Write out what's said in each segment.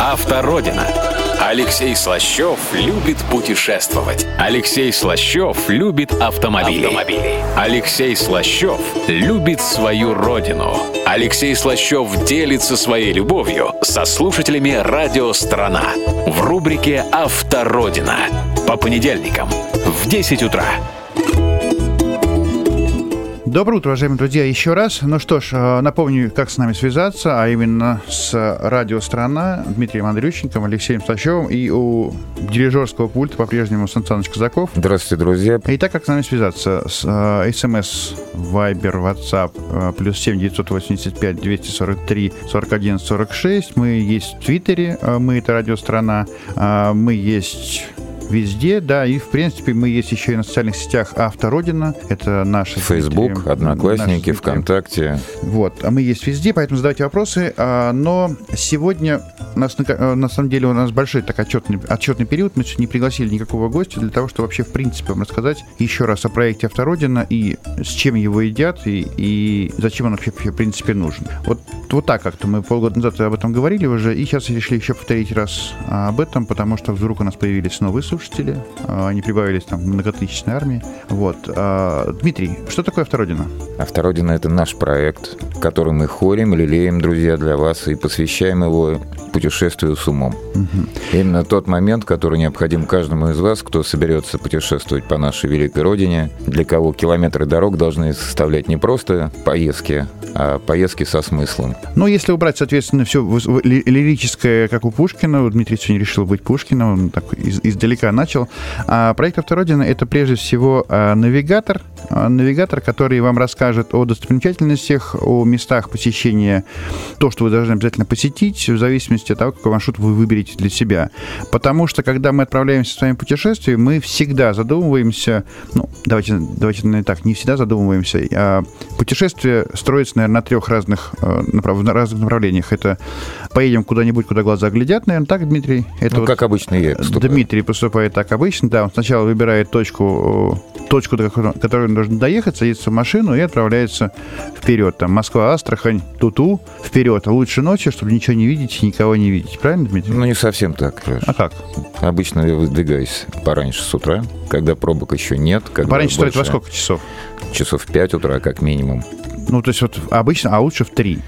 Автородина. Алексей Слащев любит путешествовать. Алексей Слащев любит автомобили. Алексей Слащев любит свою родину. Алексей Слащев делится своей любовью со слушателями «Радио Страна» в рубрике «Автородина» по понедельникам в 10 утра. Доброе утро, уважаемые друзья, еще раз. Ну что ж, напомню, как с нами связаться, а именно с «Радио Страна», Дмитрием Андрющенковым, Алексеем Слащевым, и у дирижерского пульта по-прежнему Сан Саныч Казаков. Здравствуйте, друзья. Итак, как с нами связаться? С СМС, Вайбер, WhatsApp, +7 985 243 41 46. Мы есть в Твиттере, мы это «Радио Страна», мы есть... везде, да, и, в принципе, мы есть еще и на социальных сетях «Автородина». Это наши Facebook, Одноклассники, ВКонтакте. Вот, а мы есть везде, поэтому задавайте вопросы. Но сегодня, на самом деле, у нас большой так отчетный период. Мы сегодня не пригласили никакого гостя для того, чтобы вообще, в принципе, вам рассказать еще раз о проекте «Автородина» и с чем его едят, и зачем он вообще, в принципе, нужен. Вот так как-то мы полгода назад об этом говорили уже, и сейчас решили еще повторить раз об этом, потому что вдруг у нас появились новые слушатели, они прибавились там в многотысячной армии. Вот. Дмитрий, что такое «Автородина»? «Автородина» — это наш проект, который мы хорим, лелеем, друзья, для вас, и посвящаем его путешествию с умом. Угу. Именно тот момент, который необходим каждому из вас, кто соберется путешествовать по нашей великой родине, для кого километры дорог должны составлять не просто поездки, а поездки со смыслом. Ну, если убрать, соответственно, все лирическое, как у Пушкина, Дмитрий сегодня решил быть Пушкиным, он так издалека начал. А проект «Автородина» — это прежде всего навигатор, который вам расскажет о достопримечательностях, о местах посещения, то, что вы должны обязательно посетить, в зависимости от того, какой маршрут вы выберете для себя. Потому что, когда мы отправляемся в свои путешествия, мы всегда задумываемся, давайте наверное, так, не всегда задумываемся, а путешествие строится, наверное, на трех разных направлениях. Это поедем куда-нибудь, куда глаза глядят, наверное, так, Дмитрий? Это как обычно я поступаю. Дмитрий поступает так обычно, да, он сначала выбирает точку, до которой нужно доехать, садится в машину и отправляется вперед. Там Москва, Астрахань, Туту, вперед. А лучше ночью, чтобы ничего не видеть и никого не видеть. Правильно, Дмитрий? Не совсем так, Леш. А как? Обычно я выдвигаюсь пораньше с утра, когда пробок еще нет. Пораньше стоит во сколько часов? Часов в 5 утра, как минимум. То есть вот обычно, а лучше в 3?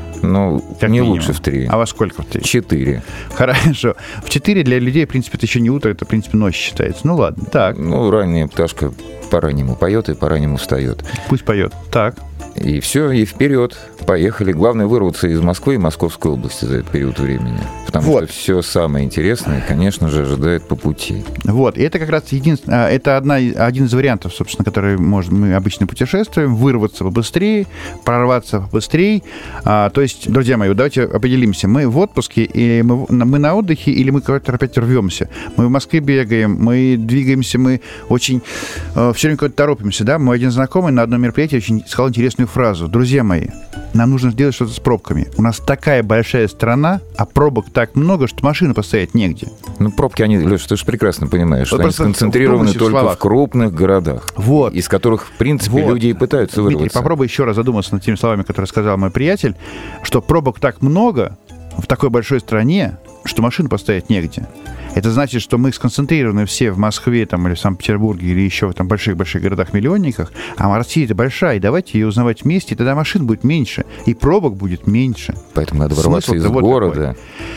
Как не минимум. Лучше в 3. А во сколько в 3? 4. Хорошо. В 4 для людей, в принципе, это еще не утро, это, в принципе, ночь считается. Ладно, так. Ранняя пташка по-раннему поет и по-раннему встает. Пусть поет. Так. И все, и вперед. Поехали. Главное вырваться из Москвы и Московской области за этот период времени. Потому что все самое интересное, конечно же, ожидает по пути. Вот. И это как раз это один из вариантов, собственно, который мы обычно путешествуем. Вырваться побыстрее, прорваться побыстрее. То есть, друзья мои, давайте определимся. Мы в отпуске, или мы на отдыхе, или мы куда-то опять рвемся. Мы в Москве бегаем, мы двигаемся, мы очень все время куда-то торопимся. Да? Мой один знакомый на одном мероприятии очень сказал интересную фразу. Друзья мои, нам нужно сделать что-то с пробками. У нас такая большая страна, а пробок так много, что машину поставить негде. Пробки, Леша, ты же прекрасно понимаешь, что они сконцентрированы только в крупных городах, из которых, в принципе, люди и пытаются вырваться. Дмитрий, попробуй еще раз задуматься над теми словами, которые сказал мой приятель, что пробок так много в такой большой стране, что машину поставить негде. Это значит, что мы сконцентрированы все в Москве там, или в Санкт-Петербурге, или еще в там больших-больших городах-миллионниках, а Россия-то большая, и давайте ее узнавать вместе, и тогда машин будет меньше, и пробок будет меньше. Поэтому надо вырваться из города.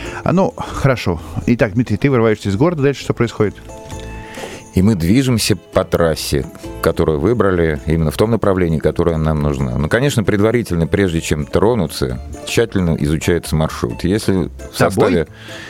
Хорошо. Итак, Дмитрий, ты вырываешься из города, дальше что происходит? И мы движемся по трассе, которую выбрали, именно в том направлении, которое нам нужно. Конечно, предварительно, прежде чем тронуться, тщательно изучается маршрут. Если в составе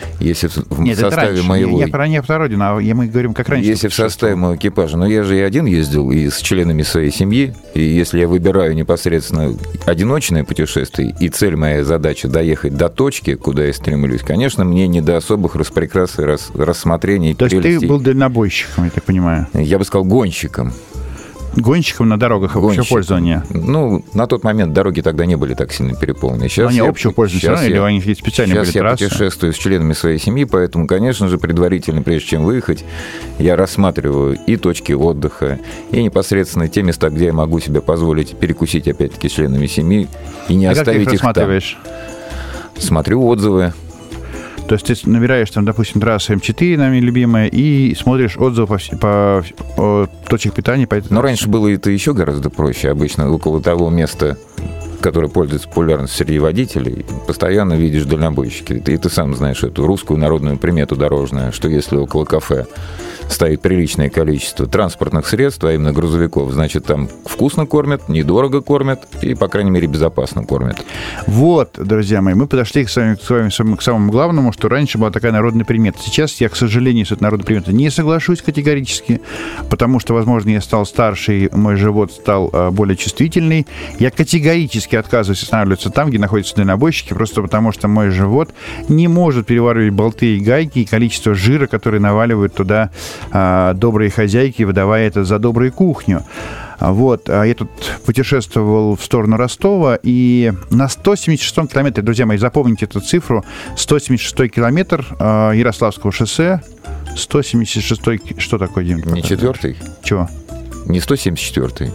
моего... Я про не «Автородина», а мы говорим, как раньше. Если в составе моего экипажа, я же и один ездил, и с членами своей семьи, и если я выбираю непосредственно одиночное путешествие, и цель моя задача доехать до точки, куда я стремлюсь, конечно, мне не до особых распрекрас и рассмотрений. То есть ты был дальнобойщиком, я так понимаю? Я бы сказал, гонщиком. Гонщиком на дорогах общего пользования? На тот момент дороги тогда не были так сильно переполнены. Сейчас они общего пользования, или они специально были трассы? Сейчас я путешествую с членами своей семьи, поэтому, конечно же, предварительно, прежде чем выехать, я рассматриваю и точки отдыха, и непосредственно те места, где я могу себе позволить перекусить, опять-таки, с членами семьи, и не оставить их там. Рассматриваешь? Смотрю отзывы. То есть ты набираешь там, допустим, трасса М4, нами любимая, и смотришь отзывы по точек питания. Но раньше было это еще гораздо проще. Обычно около того места, которое пользуется популярностью среди водителей, постоянно видишь дальнобойщики. И ты сам знаешь эту русскую народную примету дорожную, что если около кафе стоит приличное количество транспортных средств, а именно грузовиков, значит, там вкусно кормят, недорого кормят и, по крайней мере, безопасно кормят. Вот, друзья мои, мы подошли к вами к самому главному, что раньше была такая народная примета. Сейчас я, к сожалению, с этой народной приметой не соглашусь категорически, потому что, возможно, я стал старше, и мой живот стал более чувствительный. Я категорически отказываюсь останавливаться там, где находятся дальнобойщики, просто потому что мой живот не может переваривать болты и гайки, и количество жира, которые наваливают туда добрые хозяйки, выдавая это за добрую кухню. Вот, я тут путешествовал в сторону Ростова, и на 176-м километре, друзья мои, запомните эту цифру, 176-й километр Ярославского шоссе, 176-й, что такое, Дим? Не 4-й? Чего? Не 174-й.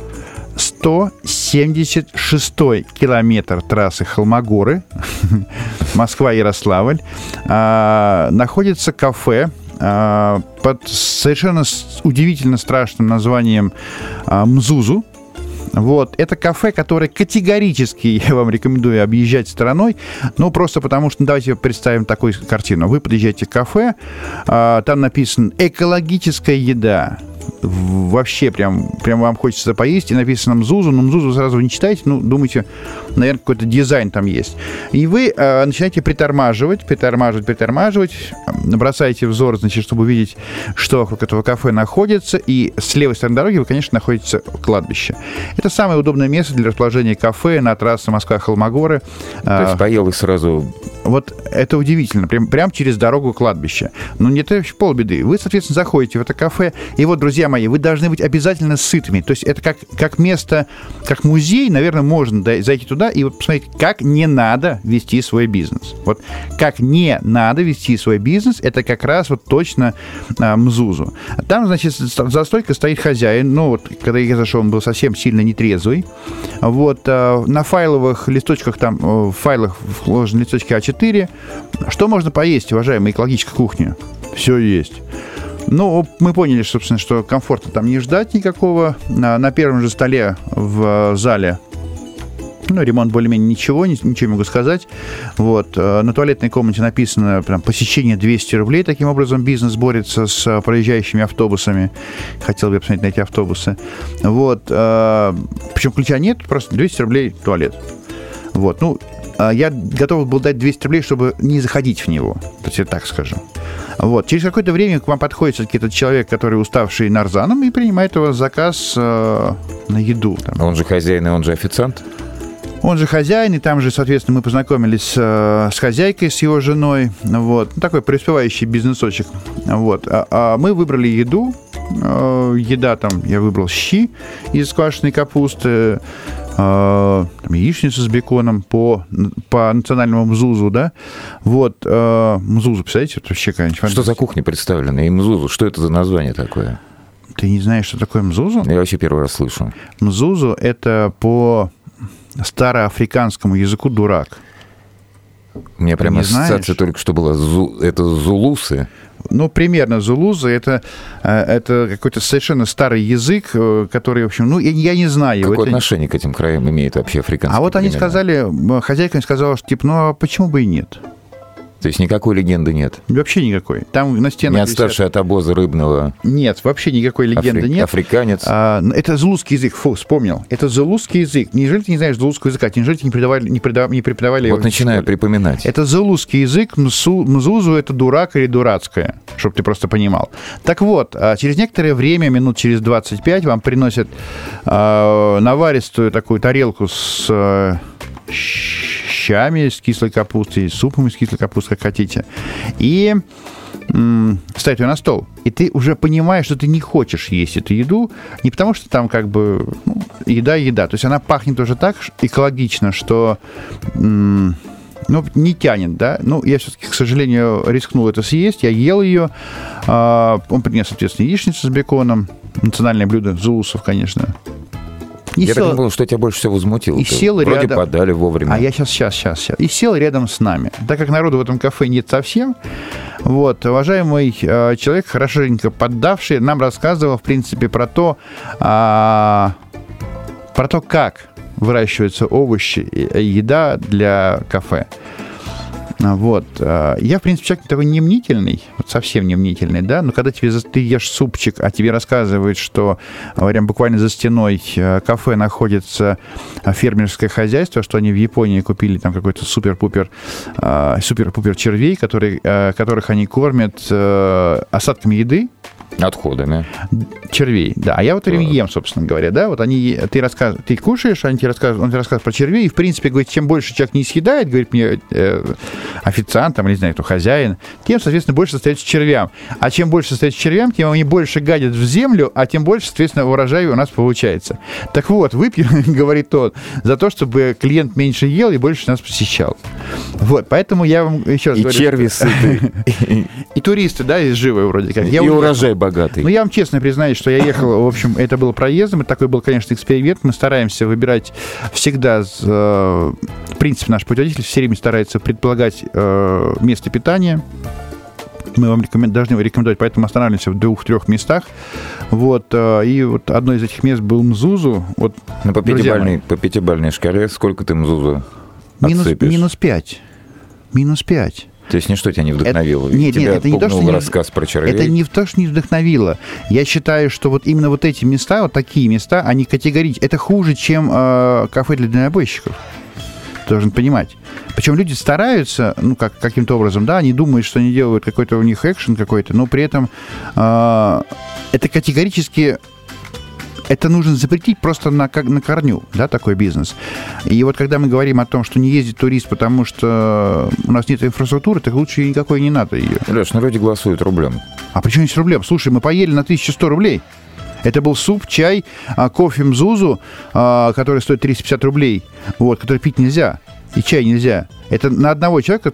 176-й километр трассы Холмогоры, Москва-Ярославль, находится кафе под совершенно удивительно страшным названием «Мзузу». Вот. Это кафе, которое категорически я вам рекомендую объезжать стороной, ну, просто потому что, давайте представим такую картину. Вы подъезжаете к кафе, там написано «экологическая еда». Вообще прям вам хочется поесть, и написано «Мзузу», но «Мзузу» сразу не читаете, ну, думаете, наверное, какой-то дизайн там есть. И вы начинаете притормаживать, бросаете взор, значит, чтобы увидеть, что вокруг этого кафе находится, и с левой стороны дороги вы, конечно, находите кладбище. Это самое удобное место для расположения кафе на трассе Москва-Холмогоры. То есть поел и сразу... Вот это удивительно, прям через дорогу кладбища. Но нет, это полбеды. Вы, соответственно, заходите в это кафе, и вот, друзья мои, вы должны быть обязательно сытыми. То есть это как место, как музей, наверное, можно зайти туда и вот посмотреть, как не надо вести свой бизнес. Вот как не надо вести свой бизнес, это как раз вот точно Мзузу. Там, значит, за стойкой стоит хозяин. Ну, вот, когда я зашел, он был совсем сильно нетрезвый. Вот, на файловых листочках, там, в файлах вложены листочки А4. Что можно поесть, уважаемая экологическая кухня? Все есть. Ну, мы поняли, собственно, что комфорта там не ждать никакого. На первом же столе в зале, ну, ремонт более-менее ничего не могу сказать. Вот. На туалетной комнате написано прям, посещение 200 рублей. Таким образом, бизнес борется с проезжающими автобусами. Хотел бы я посмотреть на эти автобусы. Вот. Причем ключа нет, просто 200 рублей туалет. Вот. Ну, я готов был дать 200 рублей, чтобы не заходить в него. То есть я так скажу. Вот. Через какое-то время к вам подходит все-таки этот человек, который уставший нарзаном, и принимает у вас заказ на еду. Там. Он же хозяин, и он же официант? Он же хозяин, и там же, соответственно, мы познакомились с хозяйкой, с его женой. Вот. Такой преуспевающий бизнесочек. Вот. Мы выбрали еду. Еда там, я выбрал щи из квашеной капусты, там, яичницу с беконом по национальному Мзузу, да. Вот, Мзузу, представляете, это вообще какая-нибудь фантастика. Что за кухня представлена? И Мзузу, что это за название такое? Ты не знаешь, что такое Мзузу? Я вообще первый раз слышу. Мзузу — это по староафриканскому языку «дурак». У меня прямо ассоциация только что была. Это зулусы. Ну, примерно зулузы. Это какой-то совершенно старый язык, который, в общем, ну, я не знаю. Какое отношение к этим краям имеет вообще африканский? А вот они сказали, хозяйка сказала, что, типа, ну, а почему бы и нет? То есть никакой легенды нет? Вообще никакой. Там на стенах... Не отставший от обоза рыбного? Нет, вообще никакой легенды нет. Африканец? Это зулузский язык. Фу, вспомнил. Это зулузский язык. Неужели ты не знаешь зулузского языка? Неужели тебе не преподавали его? Вот начинаю припоминать. Это зулузский язык. Мзузу — это дурак или дурацкое, чтобы ты просто понимал. Так вот, через некоторое время, минут через 25, вам приносят наваристую такую тарелку с щами, с кислой капустой, с супом из кислой капусты, как хотите. И ставить ее на стол. И ты уже понимаешь, что ты не хочешь есть эту еду, не потому что там как бы еда. То есть она пахнет уже так экологично, что не тянет, да. Ну, я все-таки, к сожалению, рискнул это съесть. Я ел ее. Он принес, соответственно, яичницу с беконом. Национальное блюдо зулусов, конечно. Я так думал, что тебя больше всего возмутило. И сел вроде рядом. подали вовремя. А я сейчас. И сел рядом с нами. Так как народу в этом кафе нет совсем, вот, уважаемый человек, хорошенько поддавший, нам рассказывал, в принципе, про то, как выращиваются овощи и еда для кафе. Вот. Я, в принципе, человек такой не мнительный, вот совсем не мнительный, да, но когда ты ешь супчик, а тебе рассказывают, что прям буквально за стеной кафе находится фермерское хозяйство, что они в Японии купили там какой-то супер-пупер червей, которых они кормят остатками еды. Отходами. Червей, да. А я вот время ем, собственно говоря, да. Вот ты кушаешь, он тебе рассказывает про червей, и, в принципе, говорит, чем больше человек не съедает, говорит мне официант, там, не знаю, кто хозяин, тем, соответственно, больше остается червям. А чем больше остается червям, тем они больше гадят в землю, а тем больше, соответственно, урожай у нас получается. Так вот, выпью, говорит тот, за то, чтобы клиент меньше ел и больше нас посещал. Вот, поэтому я вам еще раз говорю. И черви сытые. И туристы, да, и живые вроде как. И урожай богатый. Ну, я вам честно признаюсь, что я ехал, в общем, это было проездом, это такой был, конечно, эксперимент. Мы стараемся выбирать всегда, в принципе, наш путеводитель все время старается предполагать место питания. Мы вам должны рекомендовать, поэтому останавливаемся в 2-3 местах. Вот, и вот одно из этих мест был Мзузу. Вот, по пятибалльной шкале сколько ты Мзузу отсыпешь? Минус 5. То есть ничто тебя не вдохновило? Нет, это не то, что рассказ про червей? Это не то, что не вдохновило. Я считаю, что вот именно вот эти места, вот такие места, они категорически... Это хуже, чем кафе для дальнобойщиков. Ты должен понимать. Причем люди стараются, ну, каким-то образом, да, они думают, что они делают какой-то у них экшен какой-то, но при этом это категорически... Это нужно запретить просто на корню, да, такой бизнес. И вот когда мы говорим о том, что не ездит турист, потому что у нас нет инфраструктуры, так лучше никакой не надо ее. Леш, ну люди голосуют рублем. А почему здесь рублем? Слушай, мы поели на 1100 рублей. Это был суп, чай, кофе Мзузу, который стоит 350 рублей, вот, который пить нельзя. И чай нельзя. Это на одного человека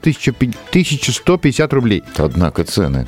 1150 рублей. Однако цены.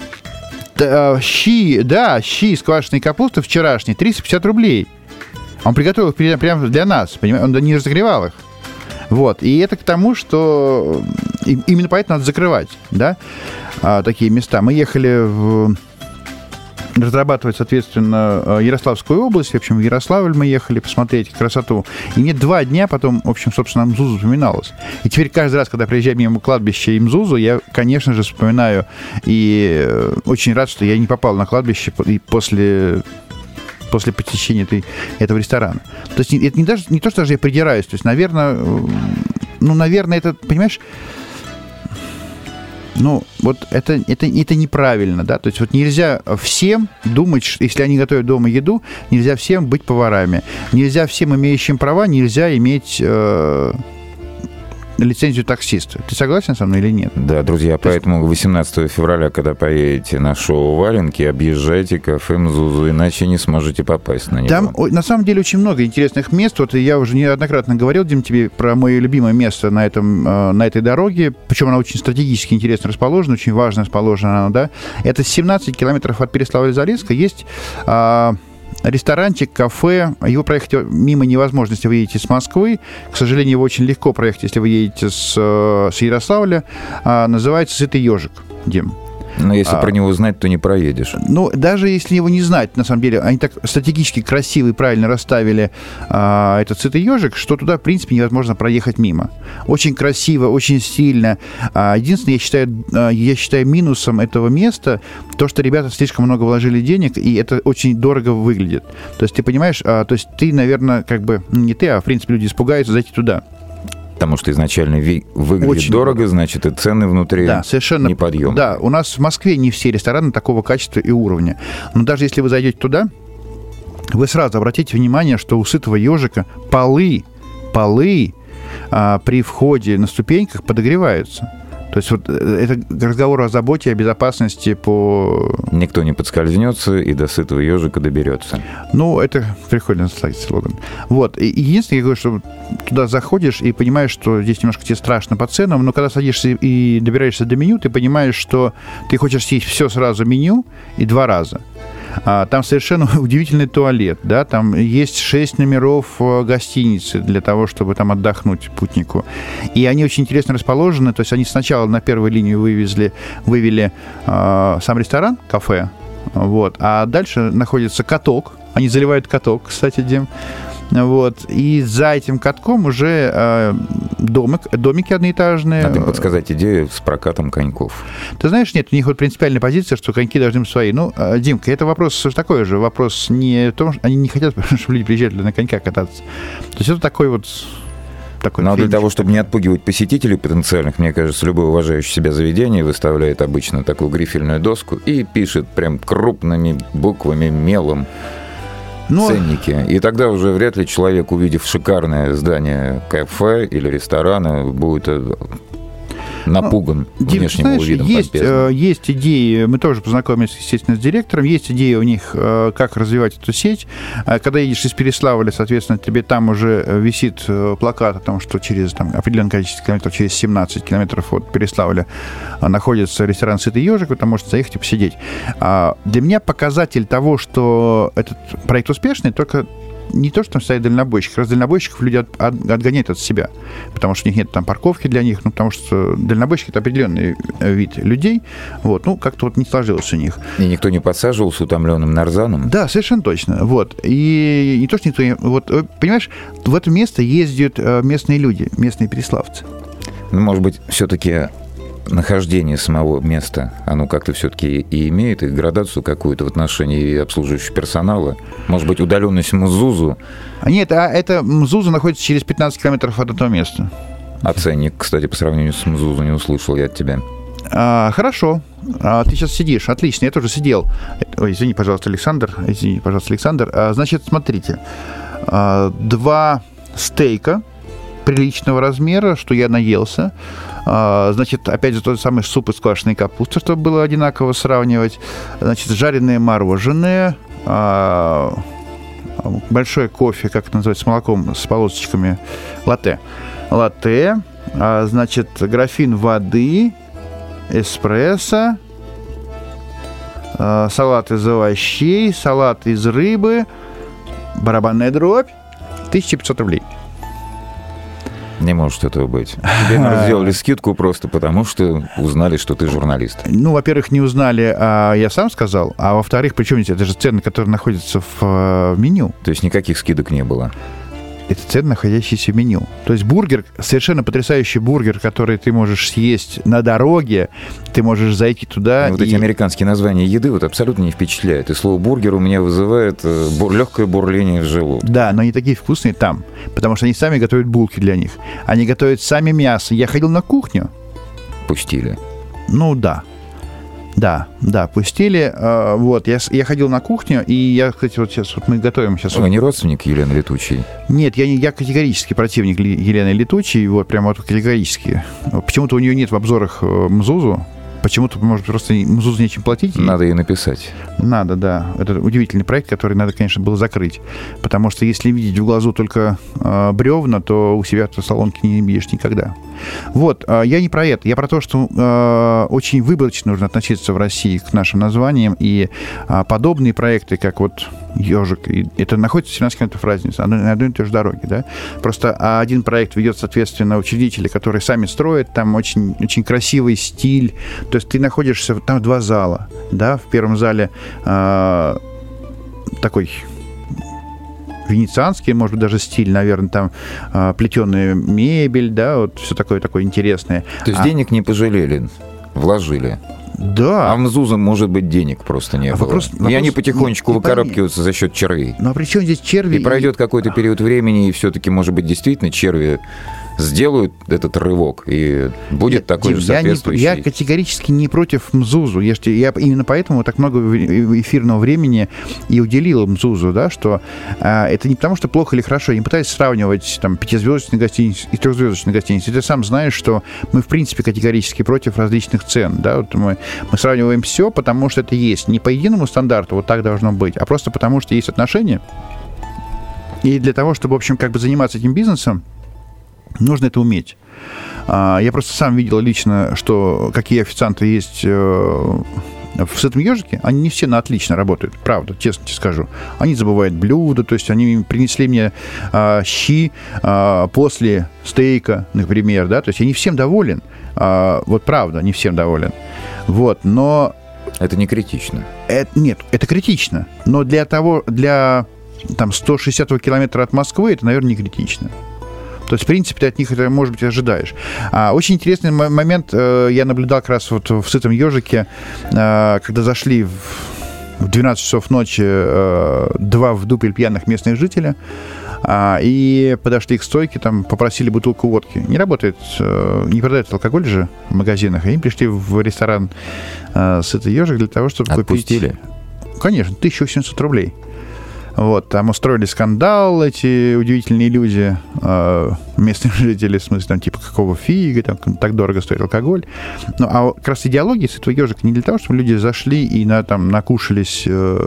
Щи из квашеной капусты вчерашней 350 рублей. Он приготовил их прямо для нас, понимаешь? Он не разогревал их. Вот. И это к тому, что именно поэтому надо закрывать, да, такие места. Мы ехали разрабатывать, соответственно, Ярославскую область. В общем, в Ярославль мы ехали посмотреть красоту. И мне 2 дня потом, в общем, собственно, Мзузу вспоминалось. И теперь каждый раз, когда приезжаю мимо кладбища и Мзузу, я, конечно же, вспоминаю и очень рад, что я не попал на кладбище и после посещения этого ресторана. То есть это не то, что даже я придираюсь. То есть, наверное, это, понимаешь... Ну, вот это неправильно, да, то есть вот нельзя всем думать, что если они готовят дома еду, нельзя всем быть поварами, нельзя всем имеющим права, нельзя иметь лицензию таксиста. Ты согласен со мной или нет? Да, друзья, поэтому 18 февраля, когда поедете на шоу «Валенки», объезжайте кафе Мзузу, иначе не сможете попасть на него. Там, на самом деле, очень много интересных мест. Вот я уже неоднократно говорил, Дим, тебе про мое любимое место на этой дороге. Причем она очень стратегически интересно расположена, очень важно расположена она, да. Это 17 километров от Переславля-Зарецка. Есть... ресторанчик, кафе, его проехать мимо невозможно, если вы едете с Москвы. К сожалению, его очень легко проехать, если вы едете с Ярославля. Называется «Сытый ежик», Дим. Но если про него знать, то не проедешь. Ну, даже если его не знать, на самом деле, они так стратегически красиво и правильно расставили этот «Сытый ежик», что туда, в принципе, невозможно проехать мимо. Очень красиво, очень стильно. Единственное, я считаю минусом этого места то, что ребята слишком много вложили денег, и это очень дорого выглядит. То есть, ты понимаешь, то есть ты, наверное, как бы, не ты, а, в принципе, люди испугаются зайти туда. Потому что изначально выглядит очень дорого, значит, и цены внутри неподъемные. Да, у нас в Москве не все рестораны такого качества и уровня. Но даже если вы зайдете туда, вы сразу обратите внимание, что у «Сытого ежика» полы при входе на ступеньках подогреваются. То есть вот это разговор о заботе, о безопасности по... Никто не подскользнется и до «Сытого ежика» доберется. Ну, это прикольно, кстати, слоган. Вот. И единственное, я говорю, что туда заходишь и понимаешь, что здесь немножко тебе страшно по ценам, но когда садишься и добираешься до меню, ты понимаешь, что ты хочешь съесть все сразу меню и 2 раза. Там совершенно удивительный туалет, да, там есть 6 номеров гостиницы для того, чтобы там отдохнуть путнику. И они очень интересно расположены, то есть они сначала на первую линию вывели сам ресторан, кафе, вот, а дальше находится каток, они заливают каток, кстати, Дим. Вот. И за этим катком уже домики одноэтажные. Надо им подсказать идею с прокатом коньков. Ты знаешь, нет, у них вот принципиальная позиция, что коньки должны быть свои. Ну, Димка, это вопрос такой же. Вопрос не в том, что они не хотят, чтобы люди приезжали на коньках кататься. То есть это такой вот... Но для того, чтобы не отпугивать посетителей потенциальных, мне кажется, любое уважающее себя заведение выставляет обычно такую грифельную доску и пишет прям крупными буквами, мелом ценники. И тогда уже вряд ли человек, увидев шикарное здание кафе или ресторана, будет напуган внешним видом. Есть идеи, мы тоже познакомились, естественно, с директором, есть идеи у них, как развивать эту сеть. Когда едешь из Переславля, соответственно, тебе там уже висит плакат о том, что через определенное количество километров, через 17 километров от Переславля находится ресторан «Сытый ежик», вы там можете заехать и посидеть. Для меня показатель того, что этот проект успешный, только не то, что там стоит дальнобойщик. Раз дальнобойщиков люди отгоняют от себя, потому что у них нет там парковки для них, потому что дальнобойщики — это определенный вид людей. Вот, как-то вот не сложилось у них. И никто не подсаживался утомленным нарзаном? Да, совершенно точно. Вот. И не то, что никто... Вот, понимаешь, в это место ездят местные люди, местные переславцы. Может быть, все-таки нахождение самого места, оно как-то все-таки и имеет и градацию какую-то в отношении обслуживающего персонала? Может быть, удаленность Мзузу? Нет, это Мзузу находится через 15 километров от этого места. А ценник, кстати, по сравнению с Мзузу не услышал я от тебя. Хорошо. Ты сейчас сидишь. Отлично, я тоже сидел. Ой, извини, пожалуйста, Александр. Значит, смотрите. 2 стейка приличного размера, что я наелся. Значит, опять же, тот самый суп из квашеной капусты, чтобы было одинаково сравнивать. Значит, жареное мороженое, большой кофе, как это называется, с молоком, с полосочками, латте, значит, графин воды, эспрессо, салат из овощей, салат из рыбы, барабанная дробь, 1500 рублей. Не может этого быть. Тебе сделали скидку просто потому, что узнали, что ты журналист. Во-первых, не узнали, а я сам сказал. А во-вторых, причем это же цены, которые находятся в меню. То есть никаких скидок не было? Это цены, находящиеся в меню. То есть бургер, совершенно потрясающий бургер, который ты можешь съесть на дороге, ты можешь зайти туда. Эти американские названия еды абсолютно не впечатляют. И слово бургер у меня вызывает легкое бурление в желудке. Да, но они такие вкусные там, потому что они сами готовят булки для них. Они готовят сами мясо. Я ходил на кухню. Пустили. Да, пустили. Вот, я ходил на кухню, и я, кстати, вот сейчас мы готовим сейчас. Вы не родственник Елены Летучей? Нет, я категорически противник Елены Летучей, вот прямо вот категорически. Почему-то у нее нет в обзорах Мзузу. Почему-то, может, просто Мзузу нечем платить. Надо ей написать. Надо, да. Это удивительный проект, который надо, конечно, было закрыть. Потому что если видеть в глазу только бревна, то у себя в салонке не видишь никогда. Вот, я не про это. Я про то, что очень выборочно нужно относиться в России к нашим названиям. И подобные проекты, как вот «Ежик», это находится 17 километров разницы на одной и той же дороге, да. Просто один проект ведет, соответственно, учредители, которые сами строят, там очень, очень красивый стиль. То есть ты находишься, там 2 зала, да, в первом зале такой венецианский, может быть, даже стиль, наверное, там плетеная мебель, да, вот все такое интересное. То есть денег не пожалели, вложили? Да. А в Мзузу, может быть, денег просто не было. И они потихонечку выкарабкиваются за счет червей. Ну, а при чем здесь черви? И пройдет какой-то период времени, и все-таки, может быть, действительно черви сделают этот рывок, и будет такой же соответствующий. Я категорически не против Мзузу. Я именно поэтому так много эфирного времени и уделил Мзузу, да, что это не потому, что плохо или хорошо. Я не пытаюсь сравнивать там 5-звездочные гостиницы и 3-звездочные гостиницы. Ты сам знаешь, что мы, в принципе, категорически против различных цен. Да? Вот мы сравниваем все, потому что это есть. Не по единому стандарту, вот так должно быть, а просто потому, что есть отношения. И для того, чтобы, в общем, как бы заниматься этим бизнесом, нужно это уметь. Я просто сам видел лично, что какие официанты есть в «Сытом ежике», они не все на отлично работают, правда, честно тебе скажу. Они забывают блюда, то есть они принесли мне щи после стейка, например, да, то есть я не всем доволен, вот правда, не всем доволен. Вот, но... Это не критично. Нет, это критично, но для там 160 километра от Москвы это, наверное, не критично. То есть, в принципе, ты от них это, может быть, ожидаешь. Очень интересный момент я наблюдал как раз вот в «Сытом ежике», когда зашли в 12 часов ночи два в дупель пьяных местных жителя и подошли к стойке, там попросили бутылку водки. Не работает, не продается алкоголь же в магазинах. И они пришли в ресторан «Сытый ежик» для того, чтобы Отпустили? купить... Конечно, 1800 рублей. Вот, там устроили скандал эти удивительные люди, местные жители, в смысле, там, типа, какого фига, там, так дорого стоит алкоголь. Ну, а как раз идеология «Сытого ежика» не для того, чтобы люди зашли и там накушались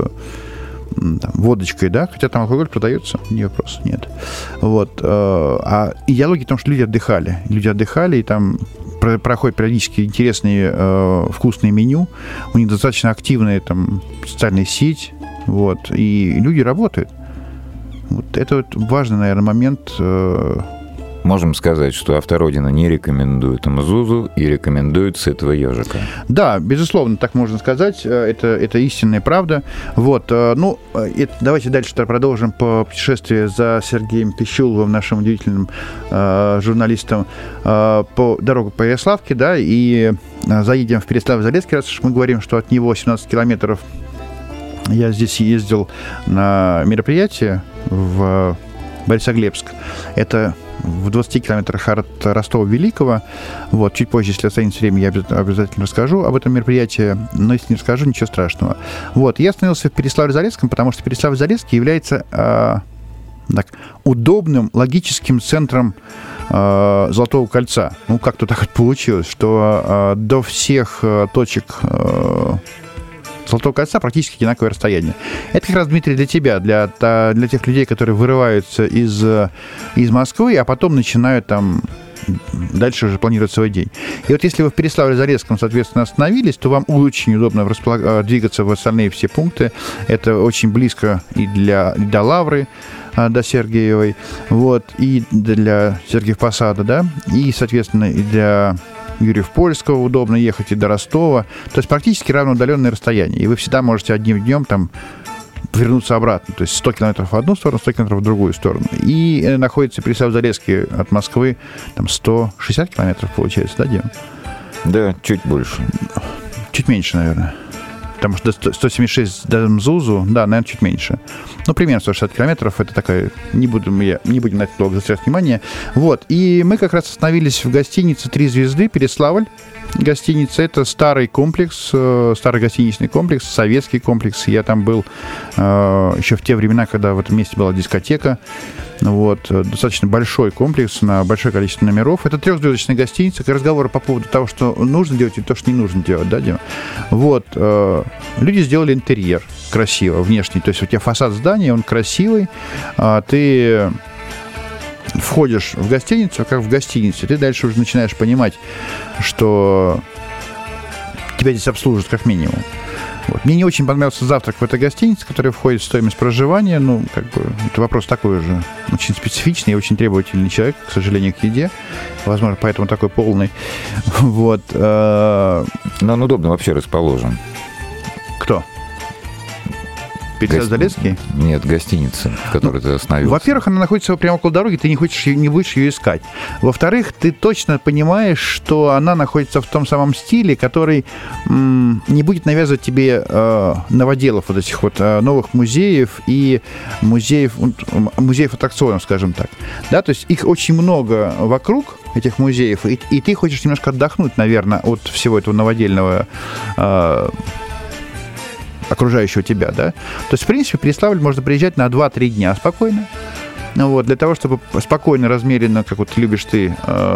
там, водочкой, да, хотя там алкоголь продается, не вопрос, нет. Вот, а идеология в том, что люди отдыхали, и там проходят периодически интересные вкусные меню, у них достаточно активная там социальная сеть, вот, и люди работают. Вот это вот важный, наверное, момент. Можем сказать, что «Автородина» не рекомендует Мзузу и рекомендует «Сытого ежика». Да, безусловно, так можно сказать. Это истинная правда. Вот, ну, давайте дальше продолжим по путешествию за Сергеем Пищуловым, нашим удивительным журналистом, по дорогу по Ярославке, да, и заедем в Переславль-Залесский, раз уж мы говорим, что от него 17 километров. Я здесь ездил на мероприятие в Борисоглебск. Это в 20 километрах от Ростова-Великого. Вот, чуть позже, если останется время, я обязательно расскажу об этом мероприятии. Но если не расскажу, ничего страшного. Вот, я остановился в Переславле-Залесском, потому что Переславль-Залесский является удобным логическим центром Золотого кольца. Ну, как-то так вот получилось, что до всех точек Золотого кольца практически одинаковое расстояние. Это как раз, Дмитрий, для тебя, для тех людей, которые вырываются из Москвы, а потом начинают там дальше уже планировать свой день. И вот если вы в Переславле-Залесском, соответственно, остановились, то вам очень удобно двигаться в остальные все пункты. Это очень близко и до Лавры, до Сергиевой, вот, и для Сергиев Посада, да, и, соответственно, и для Юрьев-Польского удобно ехать, и до Ростова. То есть практически равноудаленное расстояние. И вы всегда можете одним днем там вернуться обратно. То есть 100 километров в одну сторону, 100 километров в другую сторону. И находится Переславль-Залесский от Москвы там 160 километров, получается, да, Дим? Да, чуть больше. Чуть меньше, наверное. Потому что 176 до Мзузу, да, наверное, чуть меньше. Ну, примерно 160 километров. Это такая... Не будем на это долго заострять внимание. Вот. И мы как раз остановились в гостинице «Три звезды», Переславль. Гостиница — это старый комплекс, старый гостиничный комплекс, советский комплекс. Я там был еще в те времена, когда в этом месте была дискотека. Вот, достаточно большой комплекс на большое количество номеров. Это трехзвездочная гостиница. К разговору по поводу того, что нужно делать и то, что не нужно делать, да, Дима? Вот, люди сделали интерьер красиво, внешний. То есть у тебя фасад здания, он красивый, ты входишь в гостиницу, как в гостинице, ты дальше уже начинаешь понимать, что тебя здесь обслужат как минимум. Вот. Мне не очень понравился завтрак в этой гостинице, которая входит в стоимость проживания. Ну, как бы, это вопрос такой же, очень специфичный, я очень требовательный человек, к сожалению, к еде. Возможно, поэтому такой полный. Вот. Но он удобно вообще расположен. Кто? Переславль-Залесский? Нет, гостиница, в которой ты остановился. Во-первых, она находится прямо около дороги, ты не будешь ее искать. Во-вторых, ты точно понимаешь, что она находится в том самом стиле, который не будет навязывать тебе новоделов, вот этих вот новых музеев и музеев аттракционов, скажем так. Да, то есть их очень много вокруг, этих музеев, и ты хочешь немножко отдохнуть, наверное, от всего этого новодельного окружающего тебя, да. То есть, в принципе, в Переславль можно приезжать на 2-3 дня спокойно. Вот, для того, чтобы спокойно, размеренно, как вот любишь ты,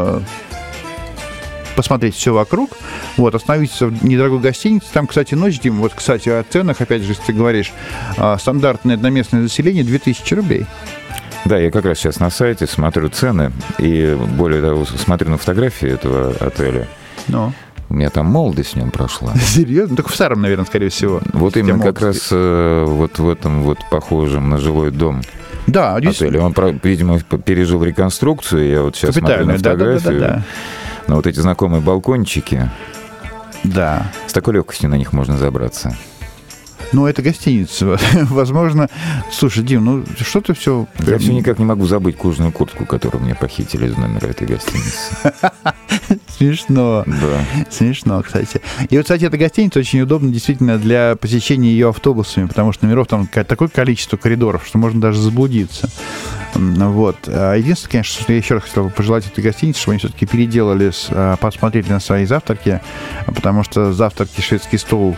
посмотреть все вокруг, вот, остановиться в недорогой гостинице. Там, кстати, ночь, Дим, вот, кстати, о ценах, опять же, если ты говоришь, стандартное одноместное заселение 2000 рублей. Да, я как раз сейчас на сайте смотрю цены, и более того, смотрю на фотографии этого отеля. Ну. У меня там молодость в нем прошла. Серьезно? Только в старом, наверное, скорее всего. Вот именно как раз вот в этом вот похожем на жилой дом. Да, отеле. Он, видимо, пережил реконструкцию. Я вот сейчас смотрю на фотографию. Да. На вот эти знакомые балкончики. Да. С такой легкостью на них можно забраться. Ну, это гостиница. Возможно... Слушай, Дим, ну что ты все... Я все никак не могу забыть кожаную куртку, которую мне похитили из номера этой гостиницы. Смешно. Да. Смешно, кстати. И вот, кстати, эта гостиница очень удобна действительно для посещения ее автобусами, потому что номеров там такое количество коридоров, что можно даже заблудиться. Вот. Единственное, конечно, что я еще раз хотел бы пожелать этой гостинице, чтобы они все-таки переделали, посмотрели на свои завтраки, потому что завтраки шведский стол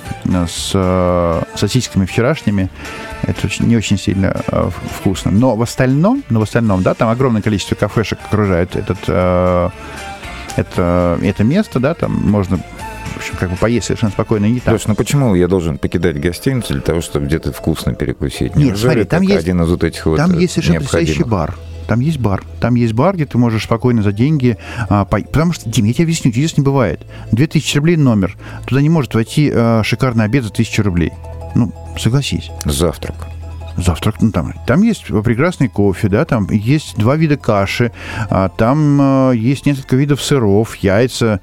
с сосисками вчерашними, это не очень сильно вкусно. Но в остальном, да, там огромное количество кафешек окружает это место, да, там можно, в общем, как бы поесть совершенно спокойно. Не так. Точно, но почему я должен покидать гостиницу для того, чтобы где-то вкусно перекусить? Нет, смотри, там есть один из вот этих вот там есть совершенно потрясающий бар. Там есть бар, где ты можешь спокойно за деньги... Потому что, Дим, я тебе объясню, чудес не бывает. 2000 рублей номер. Туда не может войти шикарный обед за 1000 рублей. Ну, согласись. Завтрак, ну, там есть прекрасный кофе, да, там есть 2 вида каши, там есть несколько видов сыров, яйца,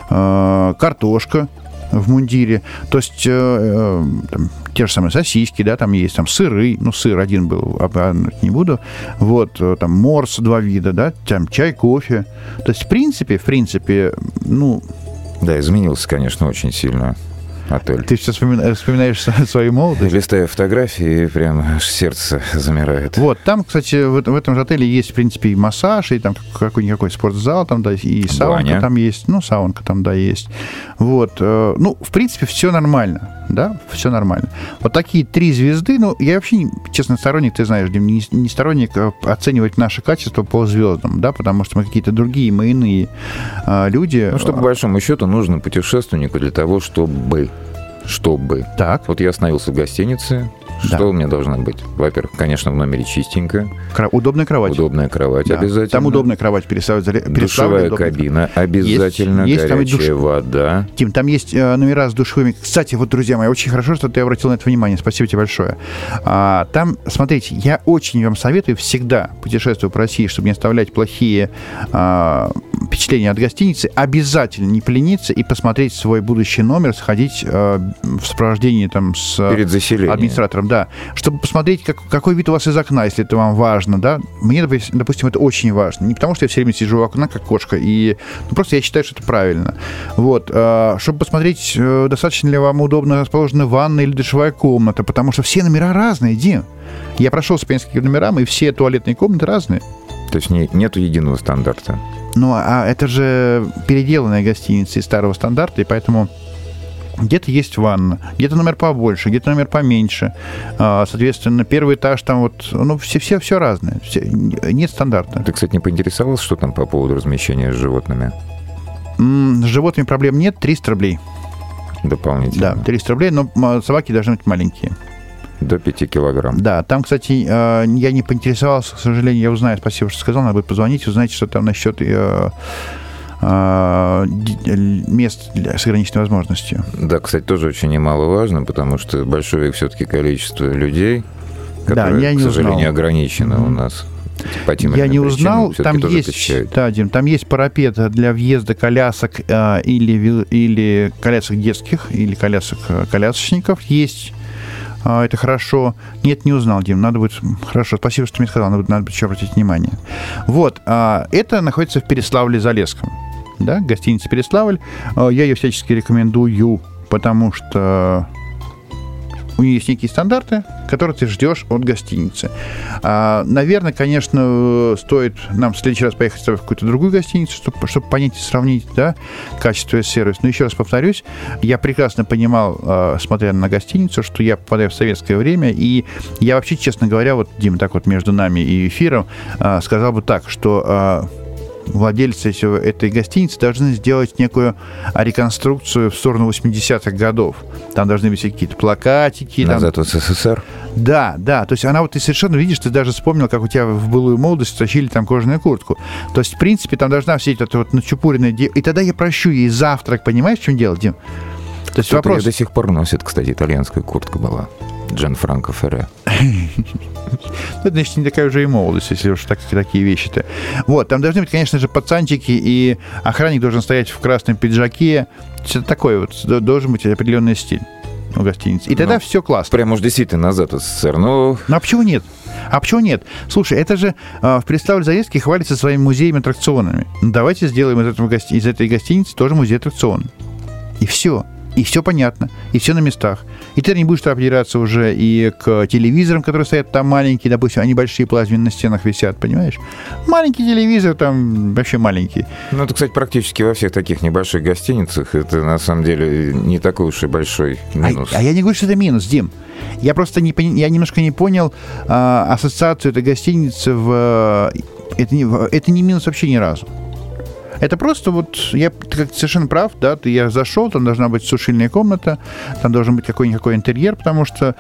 картошка в мундире. То есть там, те же самые сосиски, да, там есть там сыры, ну, сыр один был, не буду. Вот, там морс 2 вида, да, там чай, кофе. То есть, в принципе, ну... Да, изменился, конечно, очень сильно отель. Ты сейчас вспоминаешь свою молодость? Листая фотографии, прям аж сердце замирает. Вот, там, кстати, в этом же отеле есть, в принципе, и массаж, и там какой-никакой спортзал, там, да, и саунка Баня. Там есть, ну, саунка там, да, есть. Вот, ну, в принципе, все нормально, да, все нормально. Вот такие 3 звезды, ну, я вообще, честно, сторонник, ты знаешь, Дим, не сторонник оценивать наше качество по звездам, да, потому что мы какие-то другие, мы иные люди. Ну, что, по большому счету, нужно путешественнику для того, чтобы... Так. Вот я остановился в гостинице. Да. Что у меня должно быть? Во-первых, конечно, в номере чистенько. Удобная кровать. Удобная кровать, да. Обязательно. Там удобная кровать, душевая кабина, обязательно есть горячая вода. Тим, там есть номера с душевыми. Кстати, вот, друзья мои, очень хорошо, что ты обратил на это внимание. Спасибо тебе большое. Там, смотрите, я очень вам советую всегда, путешествуя по России, чтобы не оставлять плохие впечатления от гостиницы, обязательно не полениться и посмотреть свой будущий номер, сходить в сопровождении там с администратором. Да, чтобы посмотреть, какой вид у вас из окна, если это вам важно, да. Мне, допустим, это очень важно. Не потому, что я все время сижу у окна, как кошка, просто я считаю, что это правильно. Вот. Чтобы посмотреть, достаточно ли вам удобно расположена ванна или душевая комната, потому что все номера разные, Дим. Я прошелся по нескольким номерам, и все туалетные комнаты разные. То есть нету единого стандарта? Ну, а это же переделанная гостиница из старого стандарта, и поэтому... Где-то есть ванна, где-то номер побольше, где-то номер поменьше. Соответственно, первый этаж там вот... Ну, все разное. Нет стандарта. Ты, кстати, не поинтересовался, что там по поводу размещения с животными? С животными проблем нет. 300 рублей. Дополнительно? Да, 300 рублей, но собаки должны быть маленькие. До 5 килограмм. Да, там, кстати, я не поинтересовался, к сожалению, я узнаю. Спасибо, что сказал. Надо будет позвонить, узнать, что там насчет... мест с ограниченной возможностью. Да, кстати, тоже очень немаловажно, потому что большое все-таки количество людей, которые, к сожалению, ограничено у нас. Я не узнал, там есть, да, Дим, там есть парапет для въезда колясок или колясок детских, или колясок колясочников есть. Это хорошо. Нет, не узнал, Дим. Надо будет... Хорошо, спасибо, что ты мне сказал. Надо будет еще обратить внимание. Вот. Это находится в Переславле-Залесском. Да, гостиница «Переславль». Я ее всячески рекомендую, потому что у нее есть некие стандарты, которые ты ждешь от гостиницы. Наверное, конечно, стоит нам в следующий раз поехать в какую-то другую гостиницу, чтобы понять и сравнить, да, качество и сервис. Но еще раз повторюсь, я прекрасно понимал, смотря на гостиницу, что я попадаю в советское время, и я вообще, честно говоря, вот, Дим, так вот между нами и эфиром сказал бы так, что... владельцы этой гостиницы должны сделать некую реконструкцию в сторону 80-х годов. Там должны быть какие-то плакатики. Назад в СССР? Да. То есть она вот, ты совершенно видишь, ты даже вспомнил, как у тебя в былую молодость тащили там кожаную куртку. То есть, в принципе, там должна все эта вот начупуренная... И тогда я прощу ей завтрак. Понимаешь, в чем дело, Дим? То есть вопрос... Ее до сих пор носит, кстати, итальянская куртка была. Джанфранко Ферре. Это, значит, не такая уже и молодость, если уж такие вещи-то. Вот, там должны быть, конечно же, пацанчики, и охранник должен стоять в красном пиджаке. Что-то такое вот, должен быть определенный стиль у гостиницы. И тогда все классно. Прямо уж действительно назад в СССР, но... Ну, а почему нет? Слушай, это же в Переславле-Зарецке хвалится своими музеями-аттракционами. Ну, давайте сделаем из этой гостиницы тоже музей-аттракцион. И все. И все понятно, и все на местах. И ты не будешь придираться уже и к телевизорам, которые стоят там маленькие, допустим, они большие плазменные на стенах висят, понимаешь? Маленький телевизор там вообще маленький. Ну, это, кстати, практически во всех таких небольших гостиницах. Это, на самом деле, не такой уж и большой минус. А я не говорю, что это минус, Дим. Я просто я немножко не понял ассоциацию этой гостиницы Это не минус вообще ни разу. Это просто вот, ты совершенно прав, да, я зашел, там должна быть сушильная комната, там должен быть какой-никакой интерьер, потому что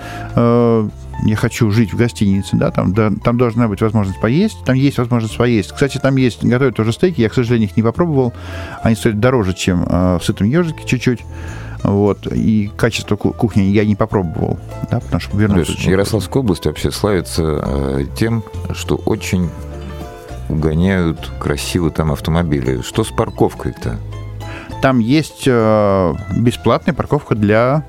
я хочу жить в гостинице, да, там должна быть возможность поесть, там есть возможность поесть. Кстати, там готовят тоже стейки, я, к сожалению, их не попробовал, они стоят дороже, чем в «Сытом ежике» чуть-чуть. Вот, и качество кухни я не попробовал, да, потому что вернуться. Ярославская область вообще славится тем, что очень угоняют красиво там автомобили. Что с парковкой-то? Там есть бесплатная парковка для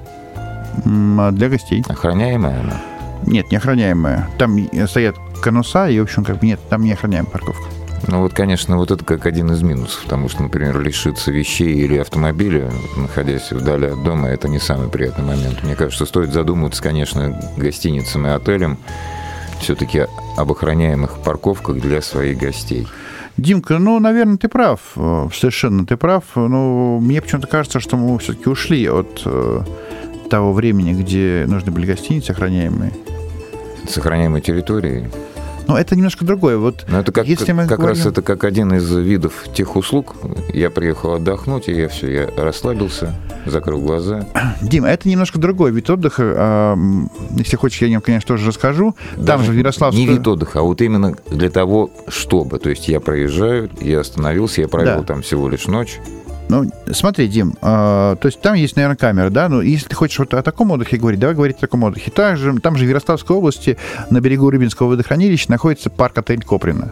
гостей. Охраняемая она? Нет, не охраняемая. Там стоят конуса, и, в общем, нет, там не охраняемая парковка. Ну вот, конечно, вот это как один из минусов, потому что, например, лишиться вещей или автомобиля, находясь вдали от дома, это не самый приятный момент. Мне кажется, стоит задумываться, конечно, гостиницам и отелям все-таки об охраняемых парковках для своих гостей. Димка, наверное, ты прав. Совершенно ты прав. Но мне почему-то кажется, что мы все-таки ушли от того времени, где нужны были гостиницы охраняемые. С охраняемой территорией? Но это немножко другое. Вот но это раз это как один из видов тех услуг. Я приехал отдохнуть, и я расслабился, закрыл глаза. Дима, это немножко другой вид отдыха. Если хочешь, я о нем, конечно, тоже расскажу. Там же в Ярославской... Не вид отдыха, а вот именно для того, чтобы. То есть я проезжаю, я остановился, я провел там всего лишь ночь. Ну, смотри, Дим, то есть там есть, наверное, камера, да? Но если ты хочешь вот о таком отдыхе говорить, давай говорить о таком отдыхе. Там же в Ярославской области на берегу Рыбинского водохранилища находится парк-отель «Коприно».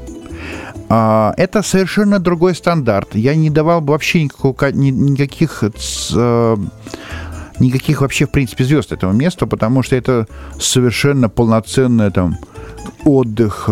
Это совершенно другой стандарт. Я не давал бы вообще никаких вообще, в принципе, звезд этому месту, потому что это совершенно полноценный там отдых,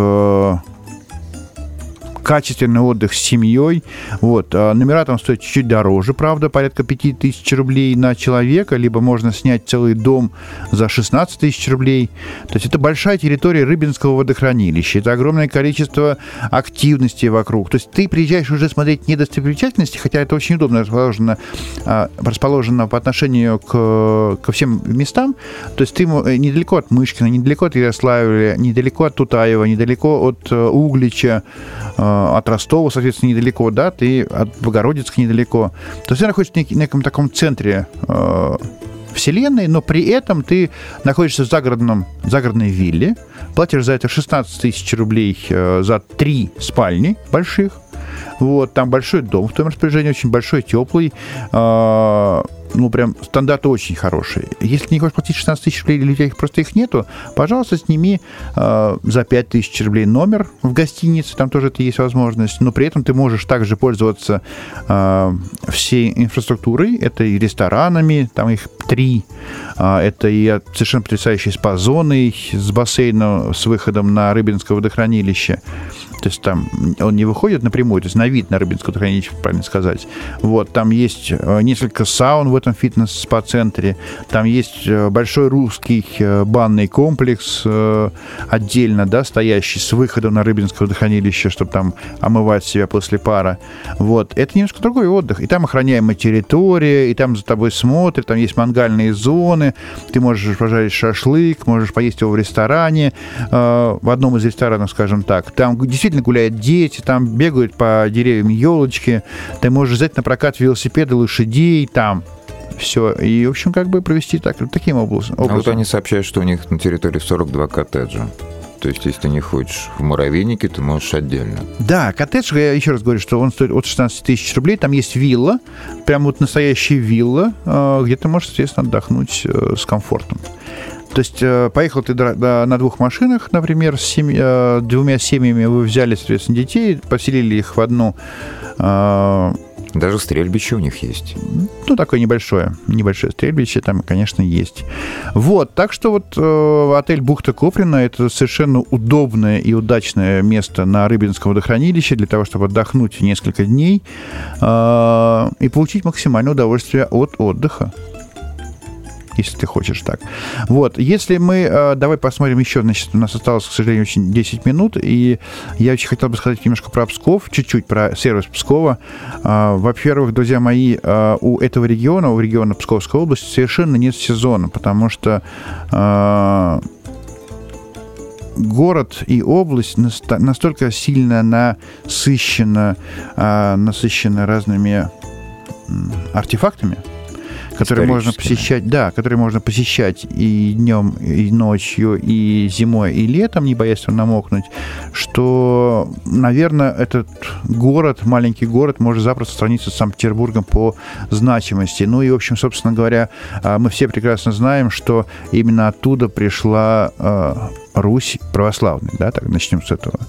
качественный отдых с семьей. Вот. Номера там стоят чуть-чуть дороже, правда, порядка 5000 рублей на человека, либо можно снять целый дом за 16 тысяч рублей. То есть это большая территория Рыбинского водохранилища, это огромное количество активностей вокруг. То есть ты приезжаешь уже смотреть не достопримечательности, хотя это очень удобно расположено по отношению ко всем местам. То есть ты недалеко от Мышкина, недалеко от Ярославля, недалеко от Тутаева, недалеко от Углича, от Ростова, соответственно, недалеко, да, ты от Богородицка недалеко. То есть ты находишься в неком таком центре вселенной, но при этом ты находишься в загородной вилле, платишь за это 16 тысяч рублей за 3 спальни больших. Вот, там большой дом в твоем распоряжении, очень большой, теплый. Прям стандарты очень хорошие. Если не хочешь платить 16 тысяч рублей, или у тебя просто их нету, пожалуйста, сними за 5 тысяч рублей номер в гостинице, там тоже это есть возможность, но при этом ты можешь также пользоваться всей инфраструктурой, это и ресторанами, там их 3, это и совершенно потрясающей спа-зоной с бассейном, с выходом на Рыбинское водохранилище. То есть там он не выходит напрямую, то есть на вид на Рыбинское водохранилище, правильно сказать. Вот, там есть несколько саун в этом фитнес-спа-центре, там есть большой русский банный комплекс отдельно, да, стоящий с выходом на Рыбинское водохранилище, чтобы там омывать себя после пара. Вот, это немножко другой отдых. И там охраняемая территория, и там за тобой смотрят, там есть мангальные зоны, ты можешь пожарить шашлык, можешь поесть его в ресторане, в одном из ресторанов, скажем так. Там действительно действительно гуляют дети, там бегают по деревьям елочки, ты можешь взять на прокат велосипеды, лошадей, там все. И, в общем, как бы провести таким образом. А вот они сообщают, что у них на территории 42 коттеджа. То есть, если ты не хочешь в муравейнике, ты можешь отдельно. Да, коттедж, я еще раз говорю, что он стоит от 16 тысяч рублей. Там есть вилла, прям вот настоящая вилла, где ты можешь, соответственно, отдохнуть с комфортом. То есть поехал ты на 2 машинах, например, с 2 семьями, вы взяли, соответственно, детей, поселили их в одну... Даже стрельбище у них есть. Ну, такое небольшое стрельбище там, конечно, есть. Вот, так что вот отель «Бухта Куприна» — это совершенно удобное и удачное место на Рыбинском водохранилище для того, чтобы отдохнуть несколько дней и получить максимальное удовольствие от отдыха, если ты хочешь так. Вот, если мы... Давай посмотрим еще, значит, у нас осталось, к сожалению, очень 10 минут, и я очень хотел бы сказать немножко про Псков, чуть-чуть про сервис Пскова. Во-первых, друзья мои, у этого региона, у региона Псковской области совершенно нет сезона, потому что город и область настолько сильно насыщена разными артефактами, которые можно посещать и днем, и ночью, и зимой, и летом, не боясь намокнуть, что, наверное, этот город, маленький город, может запросто сравниться с Санкт-Петербургом по значимости. Ну и, в общем, собственно говоря, мы все прекрасно знаем, что именно оттуда пришла Русь православная, да, так начнем с этого.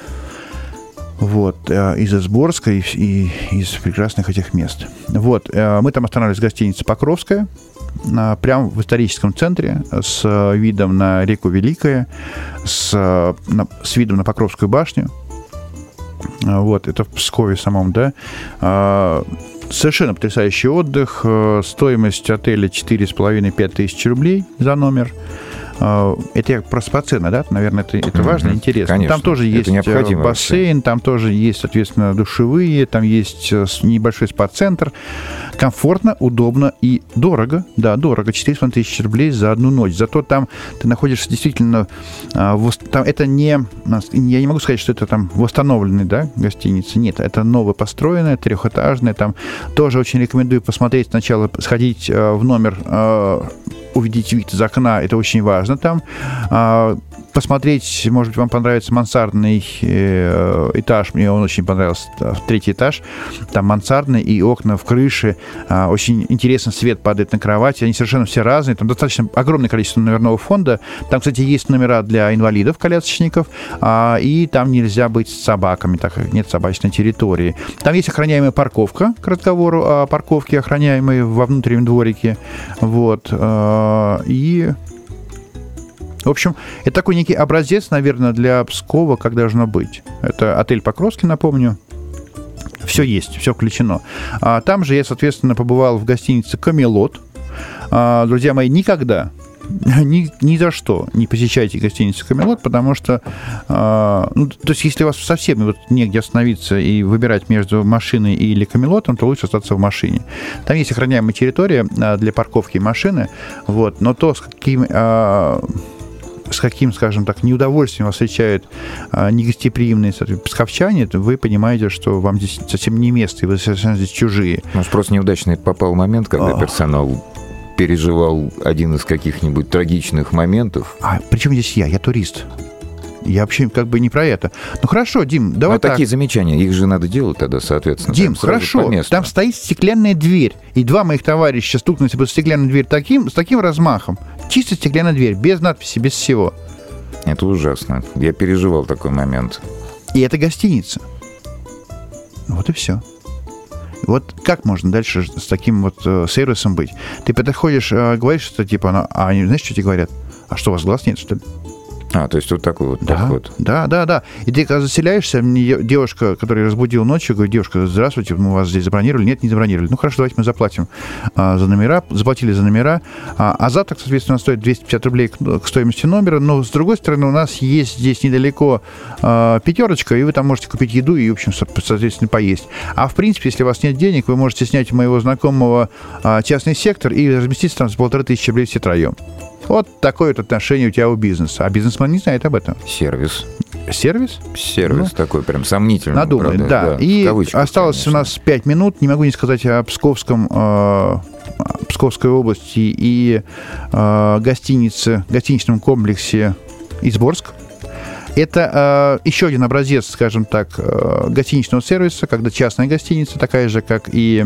Вот, из Изборска и из прекрасных этих мест. Вот, мы там останавливались в гостинице «Покровская», прямо в историческом центре, с видом на реку Великая, с видом на Покровскую башню. Вот, это в Пскове самом, да. Совершенно потрясающий отдых. Стоимость отеля 4,5-5 тысяч рублей за номер. Это я просто по цене, да? Наверное, это важно, интересно. Конечно, там тоже есть бассейн, вообще. Там тоже есть, соответственно, душевые, там есть небольшой спа-центр. Комфортно, удобно и дорого. Да, дорого. 4,5 тысячи рублей за одну ночь. Зато там ты находишься действительно... Там это не... Я не могу сказать, что это там восстановленная, да, гостиница. Нет, это новопостроенная, 3-этажная. Там тоже очень рекомендую посмотреть сначала, сходить в номер, увидеть вид из окна, это очень важно там. Посмотреть, может быть, вам понравится мансардный этаж, мне он очень понравился, 3-й этаж, там мансардный и окна в крыше, очень интересный свет падает на кровати, они совершенно все разные, там достаточно огромное количество номерного фонда, там, кстати, есть номера для инвалидов-колясочников, и там нельзя быть с собаками, так как нет собачной территории. Там есть охраняемая парковка, к разговору о парковке охраняемой во внутреннем дворике, вот, и... В общем, это такой некий образец, наверное, для Пскова, как должно быть. Это отель Покровский, напомню. Все есть, все включено. Там же я, соответственно, побывал в гостинице «Камелот». Друзья мои, никогда, ни за что не посещайте гостиницу «Камелот», потому что, то есть, если у вас совсем вот негде остановиться и выбирать между машиной или «Камелотом», то лучше остаться в машине. Там есть охраняемая территория для парковки машины, вот, но то, с каким, скажем так, неудовольствием вас встречают негостеприимные псковчане, вы понимаете, что вам здесь совсем не место, и вы совершенно здесь чужие. Может, просто неудачно попал момент, когда персонал переживал один из каких-нибудь трагичных моментов. Причем здесь я турист. Я вообще как бы не про это. Ну хорошо, Дим, давай так. Такие замечания, их же надо делать тогда, соответственно. Дим, хорошо, там стоит стеклянная дверь, и 2 моих товарища стукнулись под стеклянную дверь с таким размахом. Чисто стеклянная дверь, без надписи, без всего. Это ужасно. Я переживал такой момент. И это гостиница. Вот и все. Вот как можно дальше с таким вот сервисом быть? Ты подходишь, говоришь что-то типа, а они, знаешь, что тебе говорят? А что, у вас глаз нет, что ли? То есть вот такой вот подход. Да. И ты, когда заселяешься, мне девушка, которая разбудила ночью, говорит: девушка, здравствуйте, мы вас здесь забронировали. Нет, не забронировали. Ну, хорошо, давайте мы заплатим за номера. Заплатили за номера. А завтрак, соответственно, стоит 250 рублей к стоимости номера. Но, с другой стороны, у нас есть здесь недалеко пятерочка, и вы там можете купить еду и, в общем, соответственно, поесть. А, в принципе, если у вас нет денег, вы можете снять у моего знакомого частный сектор и разместиться там с 1500 рублей все троем. Вот такое вот отношение у тебя у бизнеса. А бизнесмен не знает об этом. Сервис. сервис. Сервис такой прям сомнительный. Надуманный, да. И осталось, конечно, у нас 5 минут. Не могу не сказать о Псковской области и гостиничном комплексе «Изборск». Это еще один образец, скажем так, гостиничного сервиса, когда частная гостиница, такая же, как и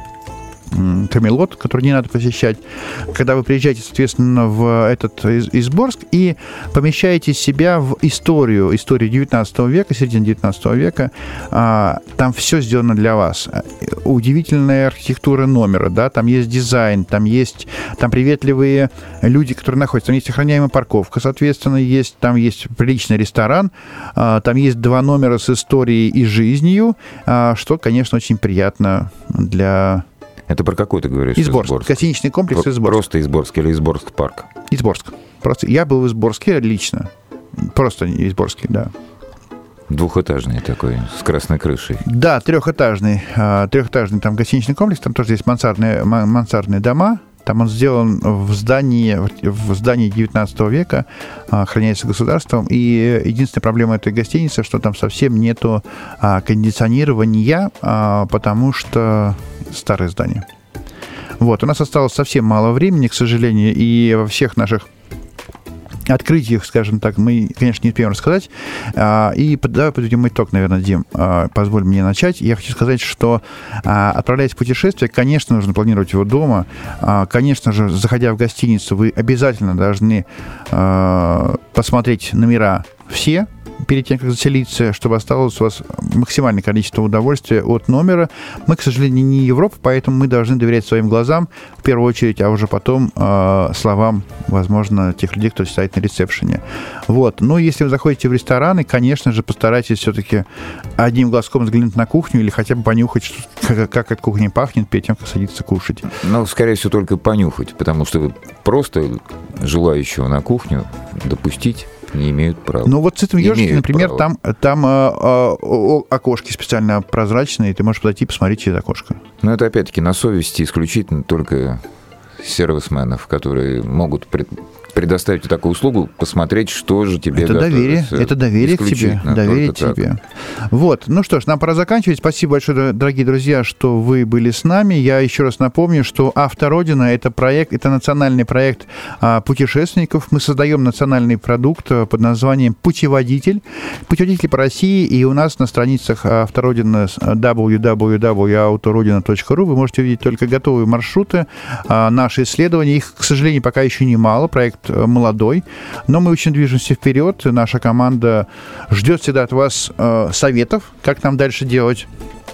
Камелот, который не надо посещать, когда вы приезжаете, соответственно, в этот Изборск и помещаете себя в историю 19 века, середины 19 века, там все сделано для вас. Удивительная архитектура номера, да, там есть дизайн, там приветливые люди, которые находятся, там есть охраняемая парковка, соответственно, там есть приличный ресторан, там есть 2 номера с историей и жизнью, что, конечно, очень приятно для... Это про какой ты говоришь? Изборск. Гостиничный комплекс Изборск. Просто Изборск или Изборск парк? Изборск. Просто я был в Изборске лично. Просто Изборске, да. Двухэтажный такой, с красной крышей. Да, трехэтажный там гостиничный комплекс, там тоже есть мансардные дома. Там он сделан в здании 19 века, охраняется государством. И единственная проблема этой гостиницы, что там совсем нету кондиционирования, потому что старое здание. Вот, у нас осталось совсем мало времени, к сожалению, и во всех наших открытиях, скажем так, мы, конечно, не успеем рассказать. И давай подведем итог, наверное, Дим, позволь мне начать. Я хочу сказать, что, отправляясь в путешествие, конечно, нужно планировать его дома. Конечно же, заходя в гостиницу, вы обязательно должны посмотреть номера все перед тем, как заселиться, чтобы осталось у вас максимальное количество удовольствия от номера. Мы, к сожалению, не Европа, поэтому мы должны доверять своим глазам в первую очередь, а уже потом словам, возможно, тех людей, кто стоит на ресепшене. Вот. Но если вы заходите в рестораны, конечно же, постарайтесь все-таки одним глазком взглянуть на кухню или хотя бы понюхать, как от кухни пахнет перед тем, как садиться кушать. Ну, скорее всего, только понюхать, потому что просто желающего на кухню допустить не имеют права. Ну вот с этим ежиком, например, там окошки специально прозрачные, и ты можешь подойти и посмотреть через окошко. Но это опять-таки на совести исключительно только сервисменов, которые могут предоставить такую услугу, посмотреть, что же тебе готовится. Это доверие к тебе. Доверие к тебе. Вот. Ну что ж, нам пора заканчивать. Спасибо большое, дорогие друзья, что вы были с нами. Я еще раз напомню, что «Автородина» — это национальный проект путешественников. Мы создаем национальный продукт под названием «Путеводитель». Путеводитель по России. И у нас на страницах «Автородина» www.autorodina.ru вы можете увидеть только готовые маршруты, наши исследования. Их, к сожалению, пока еще немало. Проект молодой, но мы очень движемся вперед. Наша команда ждет всегда от вас советов, как нам дальше делать.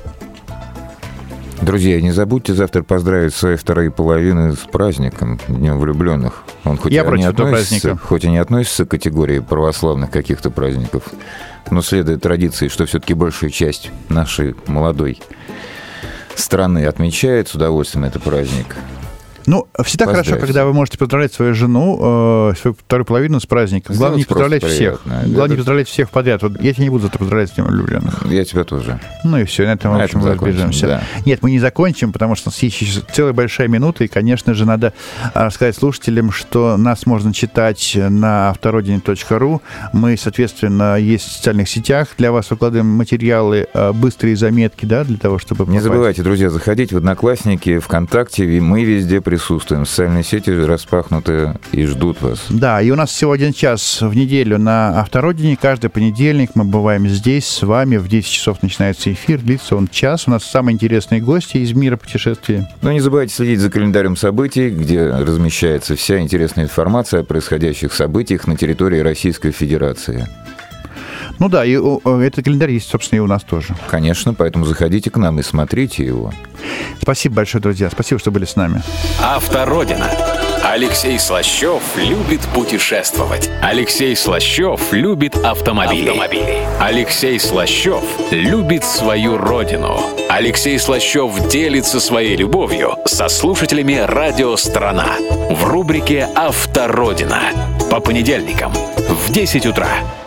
Друзья, не забудьте завтра поздравить свои вторые половины с праздником, Днем влюбленных. Он хоть и не относится к категории православных каких-то праздников, но следует традиции, что все-таки большая часть нашей молодой страны отмечает с удовольствием этот праздник. Ну, всегда хорошо, когда вы можете поздравлять свою жену, свою вторую половину с праздником. Главное не поздравлять всех. Главное не поздравлять всех подряд. Вот я тебя не буду завтра поздравлять с Днем влюбленных. Я тебя тоже. Ну и все, на этом, в общем, мы разбежимся. Да. Нет, мы не закончим, потому что у нас есть еще целая большая минута, и, конечно же, надо рассказать слушателям, что нас можно читать на автородине.ру. Мы, соответственно, есть в социальных сетях. Для вас выкладываем материалы, быстрые заметки, да, для того, чтобы... Не забывайте, друзья, заходить в Одноклассники, ВКонтакте, и мы везде присутствуем. Социальные сети распахнуты и ждут вас. Да, и у нас всего 1 час в неделю на Автородине. Каждый понедельник мы бываем здесь с вами. В 10 часов начинается эфир. Длится он час. У нас самые интересные гости из мира путешествий. Но не забывайте следить за календарем событий, где размещается вся интересная информация о происходящих событиях на территории Российской Федерации. Ну да, и этот календарь есть, собственно, и у нас тоже. Конечно, поэтому заходите к нам и смотрите его. Спасибо большое, друзья. Спасибо, что были с нами. Автородина. Алексей Слащев любит путешествовать. Алексей Слащев любит автомобили. Алексей Слащев любит свою родину. Алексей Слащев делится своей любовью со слушателями «Радио Страна» в рубрике «Автородина» по понедельникам в 10 утра.